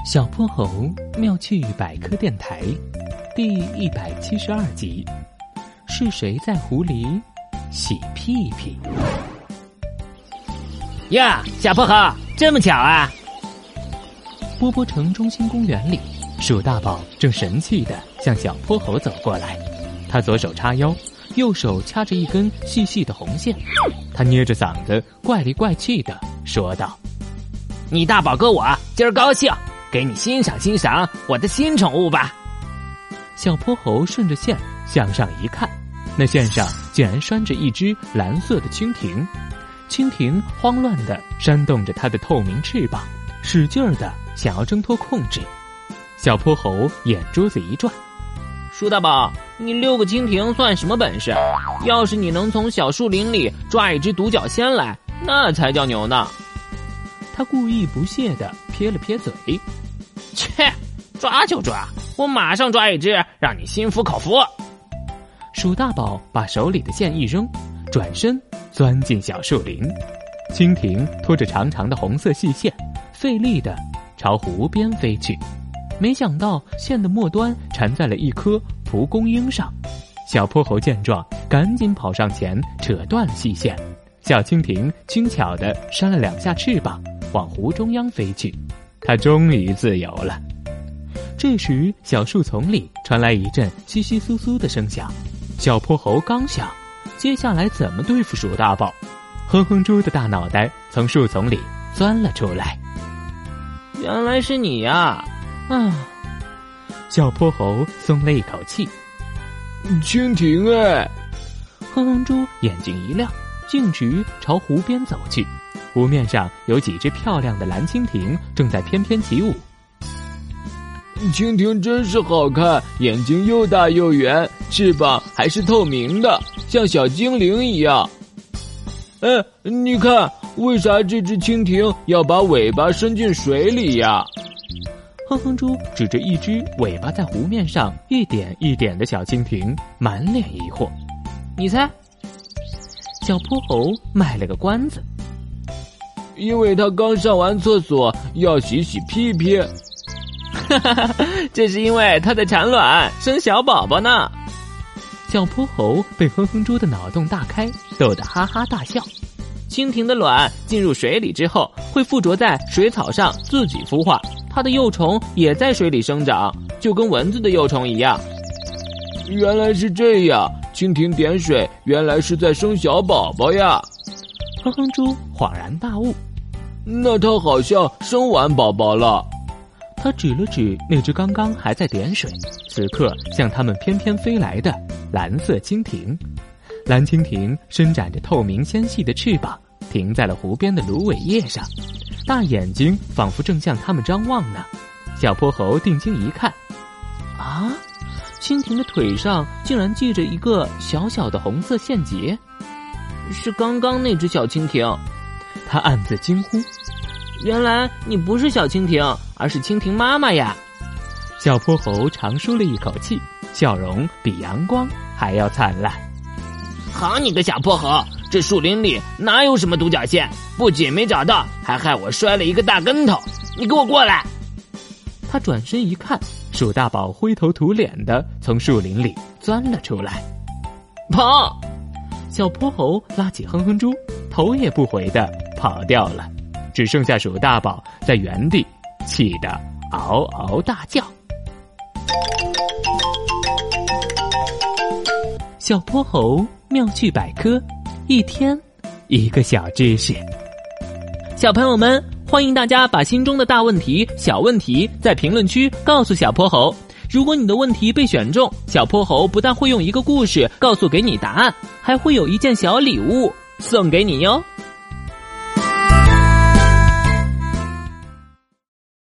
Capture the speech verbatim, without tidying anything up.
小泼猴妙趣百科电台第一百七十二集，是谁在湖里洗屁屁？ 呀，小泼猴，这么巧啊！ 波波城中心公园里，鼠大宝正神气地向小泼猴走过来，他左手叉腰，右手掐着一根细细的红线，他捏着嗓子怪里怪气地说道： 你大宝哥我今儿高兴，给你欣赏欣赏我的新宠物吧。 小泼猴顺着线向上一看，那线上竟然拴着一只蓝色的蜻蜓，蜻蜓慌乱地扇动着它的透明翅膀，使劲儿地想要挣脱控制。小泼猴眼珠子一转， 鼠大宝，你遛个蜻蜓算什么本事？要是你能从小树林里抓一只独角仙来，那才叫牛呢。 他故意不屑地撇了撇嘴， 切，抓就抓，我马上抓一只，让你心服口服。 鼠大宝把手里的线一扔，转身钻进小树林。蜻蜓拖着长长的红色细线，费力地朝湖边飞去。没想到线的末端缠在了一颗蒲公英上，小泼猴见状，赶紧跑上前扯断了细线。小蜻蜓轻巧地扇了两下翅膀，往湖中央飞去，它终于自由了。这时小树丛里传来一阵窸窸窣窣的声响，小泼猴刚想接下来怎么对付鼠大宝，哼哼猪的大脑袋从树丛里钻了出来。 原来是你呀！ 啊，小泼猴松了一口气。 蜻蜓哎！ 哼哼猪眼睛一亮，径直朝湖边走去。湖面上有几只漂亮的蓝蜻蜓正在翩翩起舞。 蜻蜓真是好看，眼睛又大又圆，翅膀还是透明的，像小精灵一样。哎，你看，为啥这只蜻蜓要把尾巴伸进水里呀？ 哼哼猪指着一只尾巴在湖面上一点一点的小蜻蜓，满脸疑惑。 你猜？ 小泼猴卖了个关子。 因为他刚上完厕所，要洗洗屁屁。 哈哈哈，这是因为他在产卵生小宝宝呢。 小泼猴被哼哼猪的脑洞大开，逗得哈哈大笑。 蜻蜓的卵进入水里之后，会附着在水草上自己孵化，它的幼虫也在水里生长，就跟蚊子的幼虫一样。 原来是这样，蜻蜓点水原来是在生小宝宝呀。 哼哼猪恍然大悟， 那它好像生完宝宝了。 他指了指那只刚刚还在点水，此刻向他们翩翩飞来的蓝色蜻蜓。蓝蜻蜓伸展着透明纤细的翅膀，停在了湖边的芦苇叶上，大眼睛仿佛正向他们张望呢。小泼猴定睛一看，啊，蜻蜓的腿上竟然系着一个小小的红色线结， 是刚刚那只小蜻蜓。 他暗自惊呼， 原来你不是小蜻蜓，而是蜻蜓妈妈呀。 小泼猴长舒了一口气，笑容比阳光还要灿烂。 好你个小泼猴，这树林里哪有什么独角仙，不仅没找到，还害我摔了一个大跟头，你给我过来。 他转身一看，鼠大宝灰头土脸的从树林里钻了出来。 跑！ 小泼猴拉起哼哼猪，头也不回的跑掉了，只剩下鼠大宝在原地气得嗷嗷大叫。小泼猴妙趣百科，一天一个小知识。 小朋友们，欢迎大家把心中的大问题、小问题在评论区告诉小泼猴。如果你的问题被选中，小泼猴不但会用一个故事告诉给你答案，还会有一件小礼物送给你哟。